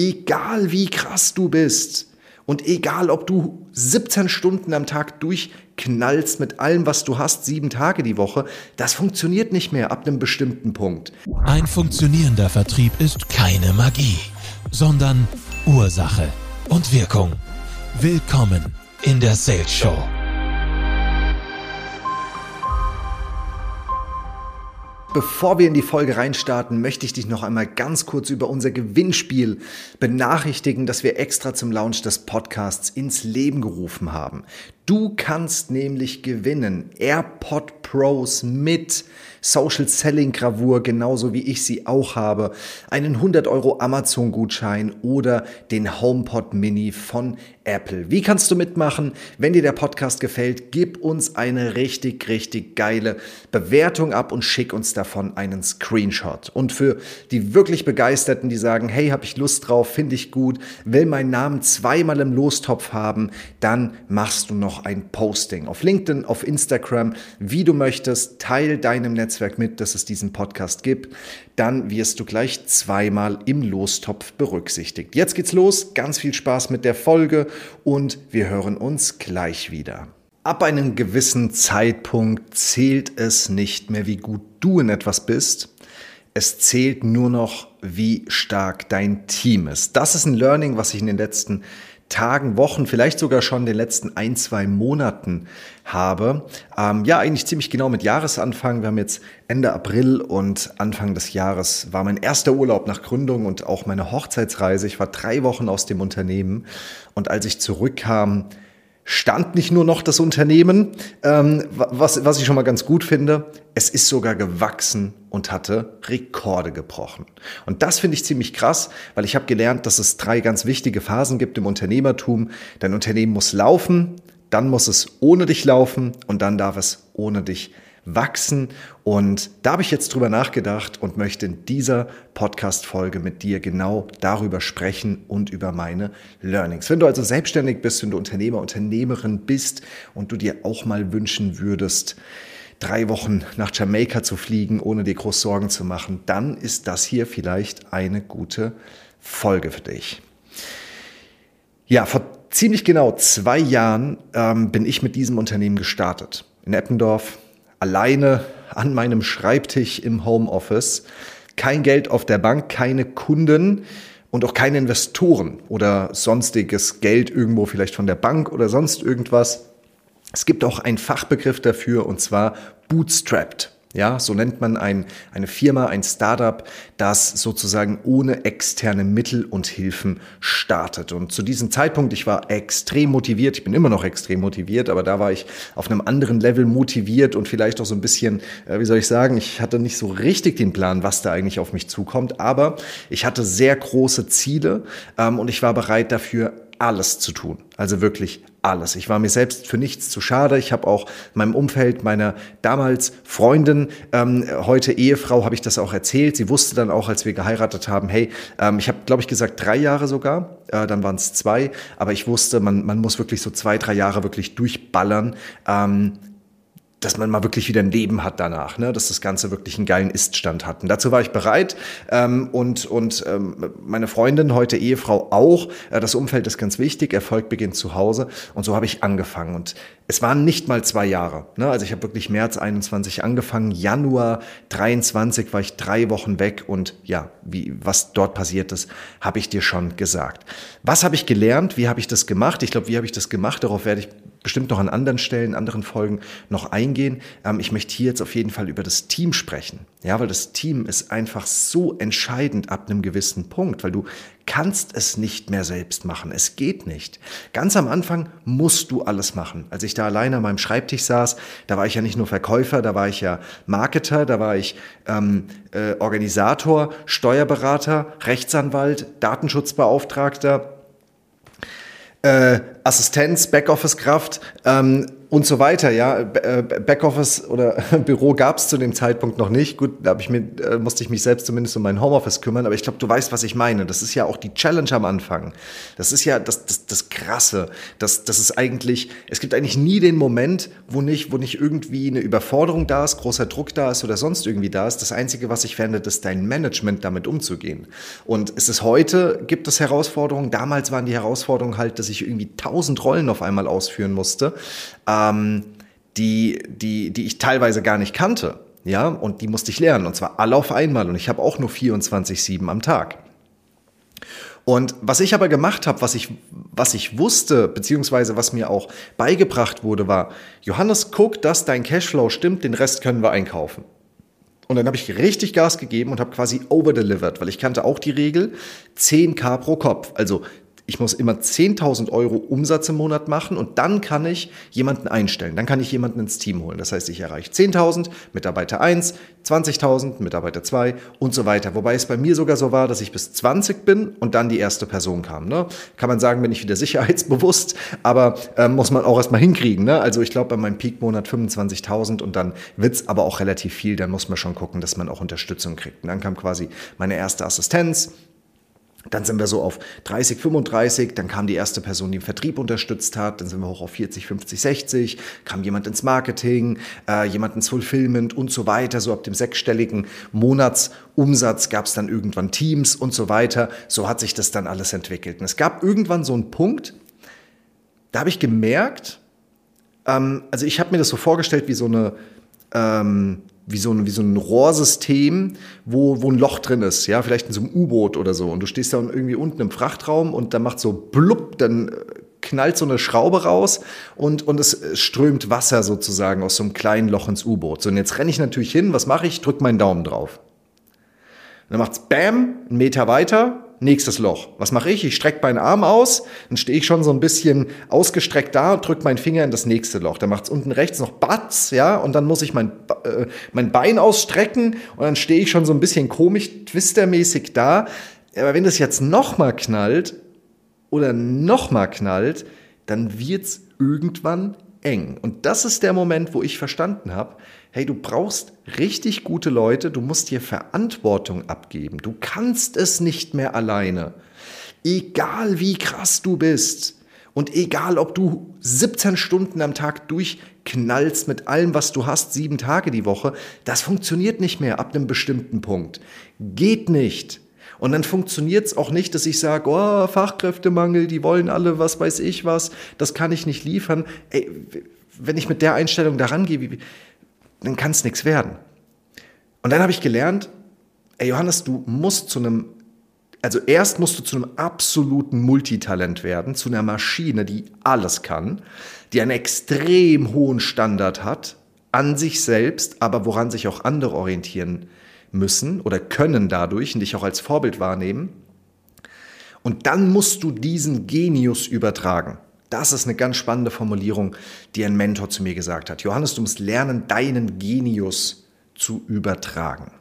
Egal wie krass du bist und egal ob du 17 Stunden am Tag durchknallst mit allem, was du hast, 7 Tage die Woche, das funktioniert nicht mehr ab einem bestimmten Punkt. Ein funktionierender Vertrieb ist keine Magie, sondern Ursache und Wirkung. Willkommen in der Sales Show. Bevor wir in die Folge reinstarten, möchte ich dich noch einmal ganz kurz über unser Gewinnspiel benachrichtigen, das wir extra zum Launch des Podcasts ins Leben gerufen haben. Du kannst nämlich gewinnen AirPod Pros mit Social Selling Gravur, genauso wie ich sie auch habe, einen 100 € Amazon-Gutschein oder den HomePod Mini von Apple. Wie kannst du mitmachen? Wenn dir der Podcast gefällt, gib uns eine richtig geile Bewertung ab und schick uns davon einen Screenshot. Und für die wirklich Begeisterten, die sagen, hey, habe ich Lust drauf, finde ich gut, will meinen Namen zweimal im Lostopf haben, dann machst du noch ein Posting auf LinkedIn, auf Instagram, wie du möchtest, teil deinem Netzwerk mit, dass es diesen Podcast gibt, dann wirst du gleich zweimal im Lostopf berücksichtigt. Jetzt geht's los, ganz viel Spaß mit der Folge und wir hören uns gleich wieder. Ab einem gewissen Zeitpunkt zählt es nicht mehr, wie gut du in etwas bist. Es zählt nur noch, wie stark dein Team ist. Das ist ein Learning, was ich in den letzten Tagen, Wochen, vielleicht sogar schon in den letzten 1-2 Monaten habe. Eigentlich ziemlich genau mit Jahresanfang. Wir haben jetzt Ende April und Anfang des Jahres war mein erster Urlaub nach Gründung und auch meine Hochzeitsreise. Ich war 3 Wochen aus dem Unternehmen und als ich zurückkam, stand nicht nur noch das Unternehmen, was ich schon mal ganz gut finde, es ist sogar gewachsen und hatte Rekorde gebrochen. Und das finde ich ziemlich krass, weil ich habe gelernt, dass es 3 ganz wichtige Phasen gibt im Unternehmertum. Dein Unternehmen muss laufen, dann muss es ohne dich laufen und dann darf es ohne dich wachsen. Und da habe ich jetzt drüber nachgedacht und möchte in dieser Podcast-Folge mit dir genau darüber sprechen und über meine Learnings. Wenn du also selbstständig bist, wenn du Unternehmer, Unternehmerin bist und du dir auch mal wünschen würdest, 3 Wochen nach Jamaika zu fliegen, ohne dir groß Sorgen zu machen, dann ist das hier vielleicht eine gute Folge für dich. Ja, vor ziemlich genau 2 Jahren bin ich mit diesem Unternehmen gestartet. In Eppendorf, alleine an meinem Schreibtisch im Homeoffice. Kein Geld auf der Bank, keine Kunden und auch keine Investoren oder sonstiges Geld irgendwo vielleicht von der Bank oder sonst irgendwas. Es gibt auch einen Fachbegriff dafür und zwar bootstrapped. Ja, so nennt man eine Firma, ein Startup, das sozusagen ohne externe Mittel und Hilfen startet. Und zu diesem Zeitpunkt, ich war extrem motiviert, ich bin immer noch extrem motiviert, aber da war ich auf einem anderen Level motiviert und vielleicht auch so ein bisschen, ich hatte nicht so richtig den Plan, was da eigentlich auf mich zukommt, aber ich hatte sehr große Ziele und ich war bereit dafür, alles zu tun, also wirklich alles. Ich war mir selbst für nichts zu schade. Ich habe auch meinem Umfeld, meiner damals Freundin, heute Ehefrau, habe ich das auch erzählt. Sie wusste dann auch, als wir geheiratet haben, hey, ich habe, glaube ich, gesagt 3 Jahre sogar, dann waren es 2, aber ich wusste, man muss wirklich so 2-3 Jahre wirklich durchballern, dass man mal wirklich wieder ein Leben hat danach, ne? Dass das Ganze wirklich einen geilen Iststand hat. Und dazu war ich bereit und meine Freundin, heute Ehefrau auch. Das Umfeld ist ganz wichtig, Erfolg beginnt zu Hause und so habe ich angefangen. Und es waren nicht mal 2 Jahre. Ne? Also ich habe wirklich März 21 angefangen, Januar 23 war ich 3 Wochen weg und ja, was dort passiert ist, habe ich dir schon gesagt. Was habe ich gelernt? Wie habe ich das gemacht? Ich glaube, wie habe ich das gemacht? Darauf werde ich bestimmt noch an anderen Stellen, anderen Folgen noch eingehen. Ich möchte hier jetzt auf jeden Fall über das Team sprechen. Ja, weil das Team ist einfach so entscheidend ab einem gewissen Punkt, weil du kannst es nicht mehr selbst machen. Es geht nicht. Ganz am Anfang musst du alles machen. Als ich da alleine an meinem Schreibtisch saß, da war ich ja nicht nur Verkäufer, da war ich ja Marketer, da war ich Organisator, Steuerberater, Rechtsanwalt, Datenschutzbeauftragter, Assistenz, Backoffice-Kraft, und so weiter, ja. Backoffice oder Büro gab es zu dem Zeitpunkt noch nicht. Gut, da musste ich mich selbst zumindest um mein Homeoffice kümmern, aber ich glaube, du weißt, was ich meine. Das ist ja auch die Challenge am Anfang. Das ist ja das Krasse. Das ist eigentlich, es gibt eigentlich nie den Moment, wo nicht irgendwie eine Überforderung da ist, großer Druck da ist oder sonst irgendwie da ist. Das Einzige, was sich verändert, ist dein Management, damit umzugehen. Und gibt es Herausforderungen. Damals waren die Herausforderungen halt, dass ich irgendwie 1000 Rollen auf einmal ausführen musste, die ich teilweise gar nicht kannte, ja, und die musste ich lernen, und zwar alle auf einmal, und ich habe auch nur 24/7 am Tag. Und was ich aber gemacht habe, was ich wusste, beziehungsweise was mir auch beigebracht wurde, war: Johannes, guck, dass dein Cashflow stimmt, den Rest können wir einkaufen. Und dann habe ich richtig Gas gegeben und habe quasi overdelivered, weil ich kannte auch die Regel 10.000 pro Kopf, also ich muss immer 10.000 Euro Umsatz im Monat machen und dann kann ich jemanden einstellen. Dann kann ich jemanden ins Team holen. Das heißt, ich erreiche 10.000, Mitarbeiter 1, 20.000, Mitarbeiter 2 und so weiter. Wobei es bei mir sogar so war, dass ich bis 20 bin und dann die erste Person kam. Ne? Kann man sagen, bin ich wieder sicherheitsbewusst, aber muss man auch erstmal hinkriegen. Ne? Also ich glaube, bei meinem Peak-Monat 25.000 und dann wird es aber auch relativ viel. Dann muss man schon gucken, dass man auch Unterstützung kriegt. Und dann kam quasi meine erste Assistenz. Dann sind wir so auf 30, 35, dann kam die erste Person, die im Vertrieb unterstützt hat, dann sind wir hoch auf 40, 50, 60, kam jemand ins Marketing, jemand ins Fulfillment und so weiter. So ab dem 6-stelligen Monatsumsatz gab es dann irgendwann Teams und so weiter. So hat sich das dann alles entwickelt. Und es gab irgendwann so einen Punkt, da habe ich gemerkt, also ich habe mir das so vorgestellt wie so ein Rohrsystem, wo ein Loch drin ist, ja, vielleicht in so einem U-Boot oder so. Und du stehst da irgendwie unten im Frachtraum und dann macht so blub, dann knallt so eine Schraube raus und es strömt Wasser sozusagen aus so einem kleinen Loch ins U-Boot. So, und jetzt renne ich natürlich hin, was mache ich? Drück meinen Daumen drauf. Und dann macht's Bam, 1 Meter weiter, nächstes Loch. Was mache ich? Ich strecke meinen Arm aus, dann stehe ich schon so ein bisschen ausgestreckt da und drücke meinen Finger in das nächste Loch. Dann macht's unten rechts noch Batz, ja, und dann muss ich mein Bein ausstrecken und dann stehe ich schon so ein bisschen komisch, twistermäßig da. Aber wenn das jetzt nochmal knallt oder nochmal knallt, dann wird's irgendwann eng. Und das ist der Moment, wo ich verstanden habe, hey, du brauchst richtig gute Leute, du musst dir Verantwortung abgeben. Du kannst es nicht mehr alleine. Egal wie krass du bist und egal ob du 17 Stunden am Tag durchknallst mit allem, was du hast, 7 Tage die Woche, das funktioniert nicht mehr ab einem bestimmten Punkt. Geht nicht. Und dann funktioniert es auch nicht, dass ich sage, oh, Fachkräftemangel, die wollen alle, was weiß ich was, das kann ich nicht liefern. Ey, wenn ich mit der Einstellung daran gehe, dann kann es nichts werden. Und dann habe ich gelernt, ey Johannes, erst musst du zu einem absoluten Multitalent werden, zu einer Maschine, die alles kann, die einen extrem hohen Standard hat, an sich selbst, aber woran sich auch andere orientieren müssen oder können dadurch und dich auch als Vorbild wahrnehmen. Und dann musst du diesen Genius übertragen. Das ist eine ganz spannende Formulierung, die ein Mentor zu mir gesagt hat. Johannes, du musst lernen, deinen Genius zu übertragen.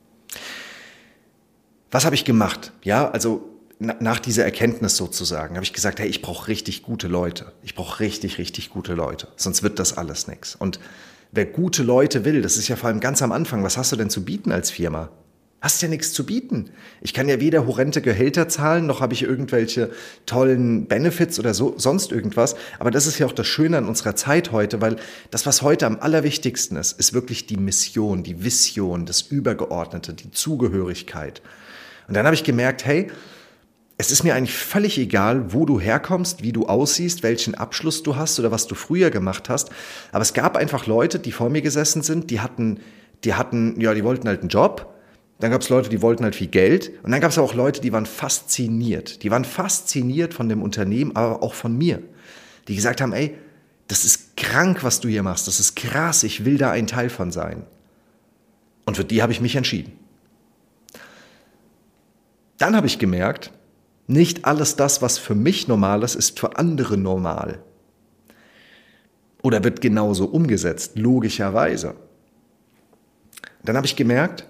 Was habe ich gemacht? Ja, also nach dieser Erkenntnis sozusagen, habe ich gesagt, hey, ich brauche richtig gute Leute. Ich brauche richtig, richtig gute Leute. Sonst wird das alles nichts. Und wer gute Leute will, das ist ja vor allem ganz am Anfang, was hast du denn zu bieten als Firma? Hast ja nichts zu bieten. Ich kann ja weder horrende Gehälter zahlen, noch habe ich irgendwelche tollen Benefits oder so, sonst irgendwas. Aber das ist ja auch das Schöne an unserer Zeit heute, weil das, was heute am allerwichtigsten ist, ist wirklich die Mission, die Vision, das Übergeordnete, die Zugehörigkeit. Und dann habe ich gemerkt, hey, es ist mir eigentlich völlig egal, wo du herkommst, wie du aussiehst, welchen Abschluss du hast oder was du früher gemacht hast. Aber es gab einfach Leute, die vor mir gesessen sind, die wollten halt einen Job. Dann gab es Leute, die wollten halt viel Geld. Und dann gab es auch Leute, die waren fasziniert. Die waren fasziniert von dem Unternehmen, aber auch von mir. Die gesagt haben, ey, das ist krank, was du hier machst. Das ist krass, ich will da ein Teil von sein. Und für die habe ich mich entschieden. Dann habe ich gemerkt, nicht alles das, was für mich normal ist, ist für andere normal. Oder wird genauso umgesetzt, logischerweise. Dann habe ich gemerkt,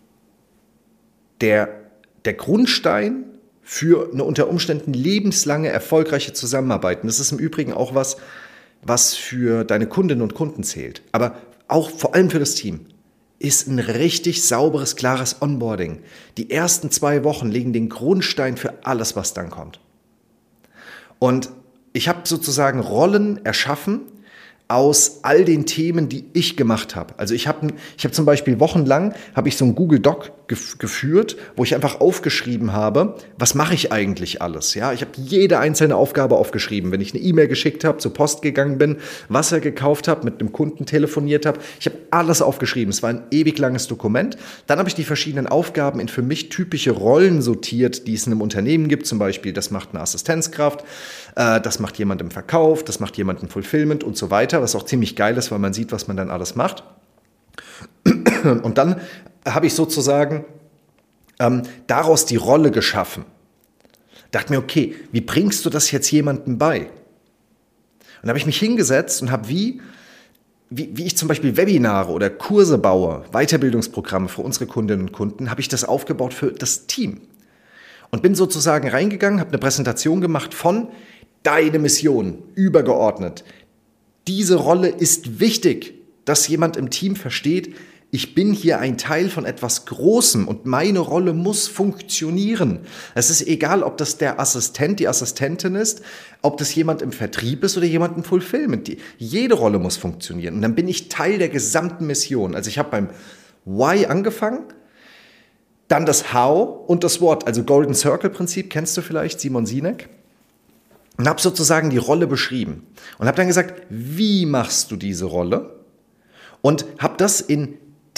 der Grundstein für eine unter Umständen lebenslange erfolgreiche Zusammenarbeit, und das ist im Übrigen auch was, was für deine Kundinnen und Kunden zählt, aber auch vor allem für das Team, ist ein richtig sauberes, klares Onboarding. Die ersten 2 Wochen legen den Grundstein für alles, was dann kommt. Und ich habe sozusagen Rollen erschaffen aus all den Themen, die ich gemacht habe. Also ich habe zum Beispiel wochenlang so einen Google Doc geführt, wo ich einfach aufgeschrieben habe, was mache ich eigentlich alles? Ja, ich habe jede einzelne Aufgabe aufgeschrieben. Wenn ich eine E-Mail geschickt habe, zur Post gegangen bin, was er gekauft habe, mit einem Kunden telefoniert habe. Ich habe alles aufgeschrieben. Es war ein ewig langes Dokument. Dann habe ich die verschiedenen Aufgaben in für mich typische Rollen sortiert, die es in einem Unternehmen gibt. Zum Beispiel, das macht eine Assistenzkraft, das macht jemand im Verkauf, das macht jemand im Fulfillment und so weiter, was auch ziemlich geil ist, weil man sieht, was man dann alles macht. Und dann habe ich sozusagen daraus die Rolle geschaffen. Dachte mir, okay, wie bringst du das jetzt jemandem bei? Und da habe ich mich hingesetzt und habe wie ich zum Beispiel Webinare oder Kurse baue, Weiterbildungsprogramme für unsere Kundinnen und Kunden, habe ich das aufgebaut für das Team. Und bin sozusagen reingegangen, habe eine Präsentation gemacht von deine Mission, übergeordnet. Diese Rolle ist wichtig, dass jemand im Team versteht, ich bin hier ein Teil von etwas Großem und meine Rolle muss funktionieren. Es ist egal, ob das der Assistent, die Assistentin ist, ob das jemand im Vertrieb ist oder jemand im Fulfillment. Jede Rolle muss funktionieren. Und dann bin ich Teil der gesamten Mission. Also ich habe beim Why angefangen, dann das How und das What. Also Golden Circle Prinzip, kennst du vielleicht, Simon Sinek? Und habe sozusagen die Rolle beschrieben. Und habe dann gesagt, wie machst du diese Rolle? Und habe das in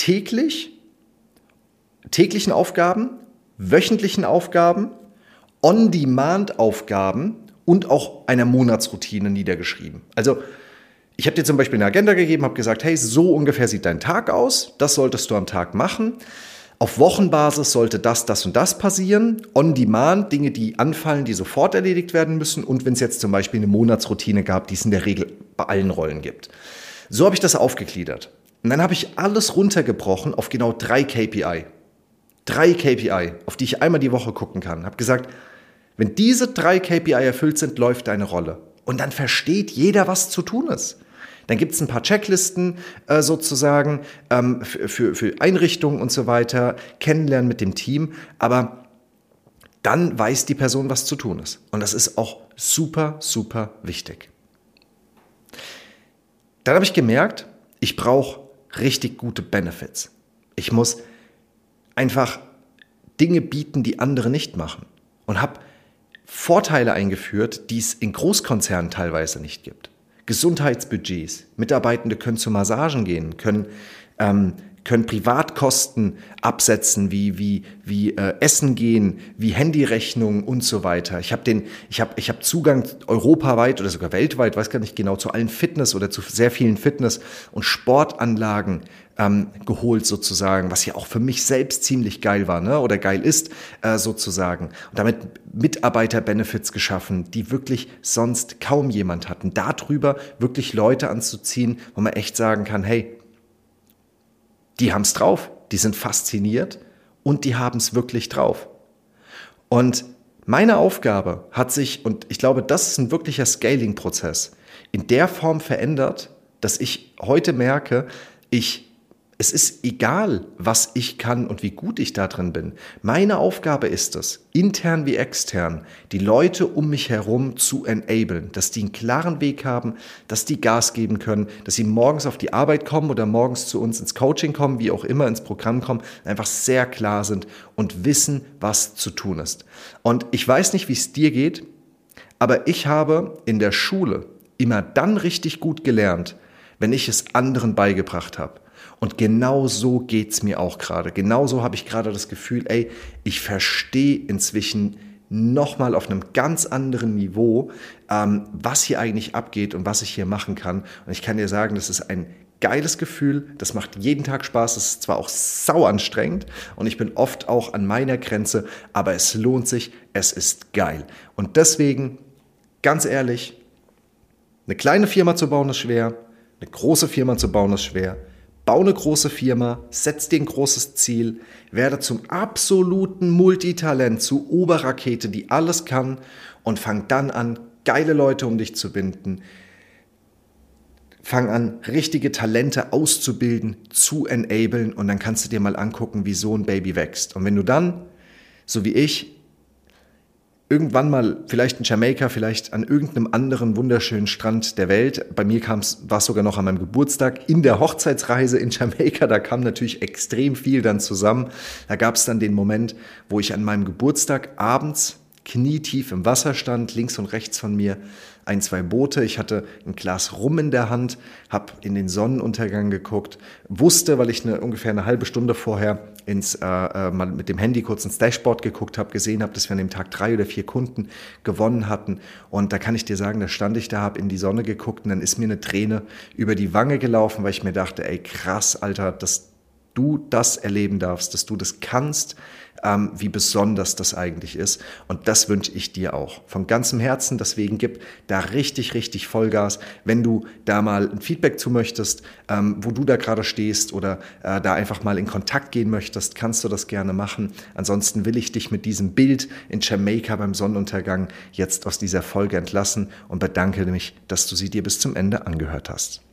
täglichen Aufgaben, wöchentlichen Aufgaben, On-Demand-Aufgaben und auch einer Monatsroutine niedergeschrieben. Also ich habe dir zum Beispiel eine Agenda gegeben, habe gesagt, hey, so ungefähr sieht dein Tag aus, das solltest du am Tag machen. Auf Wochenbasis sollte das und das passieren. On-Demand, Dinge, die anfallen, die sofort erledigt werden müssen. Und wenn es jetzt zum Beispiel eine Monatsroutine gab, die es in der Regel bei allen Rollen gibt. So habe ich das aufgegliedert. Und dann habe ich alles runtergebrochen auf genau 3 KPI. 3 KPI, auf die ich einmal die Woche gucken kann. Habe gesagt, wenn diese 3 KPI erfüllt sind, läuft deine Rolle. Und dann versteht jeder, was zu tun ist. Dann gibt es ein paar Checklisten sozusagen für Einrichtungen und so weiter, Kennenlernen mit dem Team. Aber dann weiß die Person, was zu tun ist. Und das ist auch super, super wichtig. Dann habe ich gemerkt, ich brauche richtig gute Benefits. Ich muss einfach Dinge bieten, die andere nicht machen. Und habe Vorteile eingeführt, die es in Großkonzernen teilweise nicht gibt. Gesundheitsbudgets. Mitarbeitende können zu Massagen gehen, können Privatkosten absetzen, wie Essen gehen, wie Handyrechnungen und so weiter. Ich habe Zugang europaweit oder sogar weltweit, weiß gar nicht genau, zu allen Fitness oder zu sehr vielen Fitness- und Sportanlagen geholt sozusagen, was ja auch für mich selbst ziemlich geil war, ne? Oder geil ist sozusagen. Und damit Mitarbeiter-Benefits geschaffen, die wirklich sonst kaum jemand hatten. Darüber wirklich Leute anzuziehen, wo man echt sagen kann, hey, die haben es drauf, die sind fasziniert und die haben es wirklich drauf. Und meine Aufgabe hat sich, und ich glaube, das ist ein wirklicher Scaling-Prozess, in der Form verändert, dass ich heute merke, es ist egal, was ich kann und wie gut ich da drin bin. Meine Aufgabe ist es, intern wie extern, die Leute um mich herum zu enablen, dass die einen klaren Weg haben, dass die Gas geben können, dass sie morgens auf die Arbeit kommen oder morgens zu uns ins Coaching kommen, wie auch immer ins Programm kommen, einfach sehr klar sind und wissen, was zu tun ist. Und ich weiß nicht, wie es dir geht, aber ich habe in der Schule immer dann richtig gut gelernt, wenn ich es anderen beigebracht habe. Und genau so geht's mir auch gerade. Genauso habe ich gerade das Gefühl, ich verstehe inzwischen nochmal auf einem ganz anderen Niveau, was hier eigentlich abgeht und was ich hier machen kann. Und ich kann dir sagen, das ist ein geiles Gefühl, das macht jeden Tag Spaß, das ist zwar auch sau anstrengend und ich bin oft auch an meiner Grenze, aber es lohnt sich, es ist geil. Und deswegen, ganz ehrlich, eine kleine Firma zu bauen ist schwer, eine große Firma zu bauen ist schwer. Bau eine große Firma, setz dir ein großes Ziel, werde zum absoluten Multitalent, zu Oberrakete, die alles kann und fang dann an, geile Leute um dich zu binden, Fang an, richtige Talente auszubilden, zu enablen und dann kannst du dir mal angucken, wie so ein Baby wächst. Und wenn du dann, so wie ich, irgendwann mal vielleicht in Jamaika, vielleicht an irgendeinem anderen wunderschönen Strand der Welt. Bei mir war es sogar noch an meinem Geburtstag in der Hochzeitsreise in Jamaika. Da kam natürlich extrem viel dann zusammen. Da gab es dann den Moment, wo ich an meinem Geburtstag abends knietief im Wasser stand, links und rechts von mir 1-2 Boote. Ich hatte ein Glas Rum in der Hand, habe in den Sonnenuntergang geguckt, wusste, weil ich ungefähr eine halbe Stunde vorher mal mit dem Handy kurz ins Dashboard geguckt habe, gesehen habe, dass wir an dem Tag 3 oder 4 Kunden gewonnen hatten. Und da kann ich dir sagen, da stand ich da, habe in die Sonne geguckt und dann ist mir eine Träne über die Wange gelaufen, weil ich mir dachte, ey krass, Alter, dass du das erleben darfst, dass du das kannst, wie besonders das eigentlich ist. Und das wünsche ich dir auch von ganzem Herzen. Deswegen gib da richtig, richtig Vollgas. Wenn du da mal ein Feedback zu möchtest, wo du da gerade stehst oder da einfach mal in Kontakt gehen möchtest, kannst du das gerne machen. Ansonsten will ich dich mit diesem Bild in Jamaika beim Sonnenuntergang jetzt aus dieser Folge entlassen und bedanke mich, dass du sie dir bis zum Ende angehört hast.